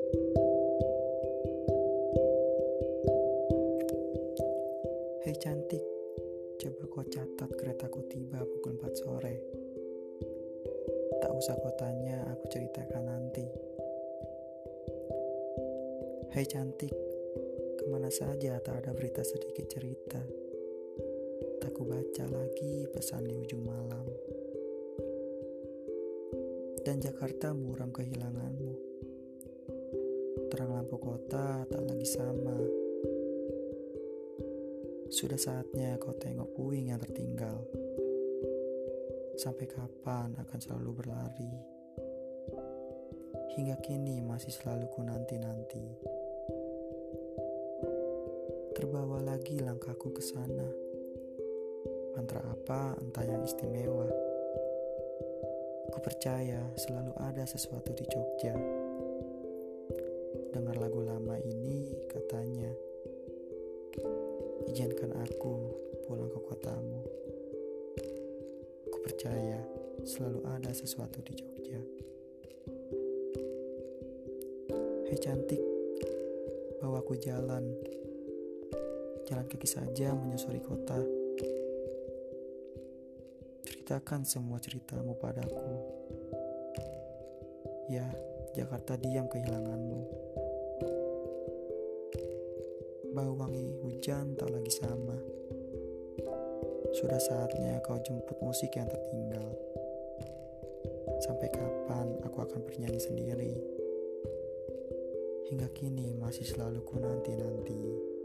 Hei cantik, coba kau catat keretaku tiba pukul 4 sore. Tak usah kau tanya, aku ceritakan nanti. Hei cantik, kemana saja tak ada berita sedikit cerita. Tak ku baca lagi pesan di ujung malam. Dan Jakarta muram kehilanganmu. Terang lampu kota tak lagi sama. Sudah saatnya kau tengok puing yang tertinggal. Sampai kapan akan selalu berlari? Hingga kini masih selalu ku nanti-nanti. Terbawa lagi langkahku ke sana. Mantra apa entah yang istimewa. Ku percaya selalu ada sesuatu di Jogja. Dengar lagu lama ini katanya, izinkan aku pulang ke kotamu. Ku percaya selalu ada sesuatu di Jogja. Hei cantik, bawa aku jalan kaki saja menyusuri kota. Ceritakan semua ceritamu padaku. Ya, Jakarta diam kehilanganmu. Bau wangi hujan tak lagi sama. Sudah saatnya kau jemput musik yang tertinggal. Sampai kapan aku akan bernyanyi sendiri? Hingga kini masih selalu ku nanti-nanti.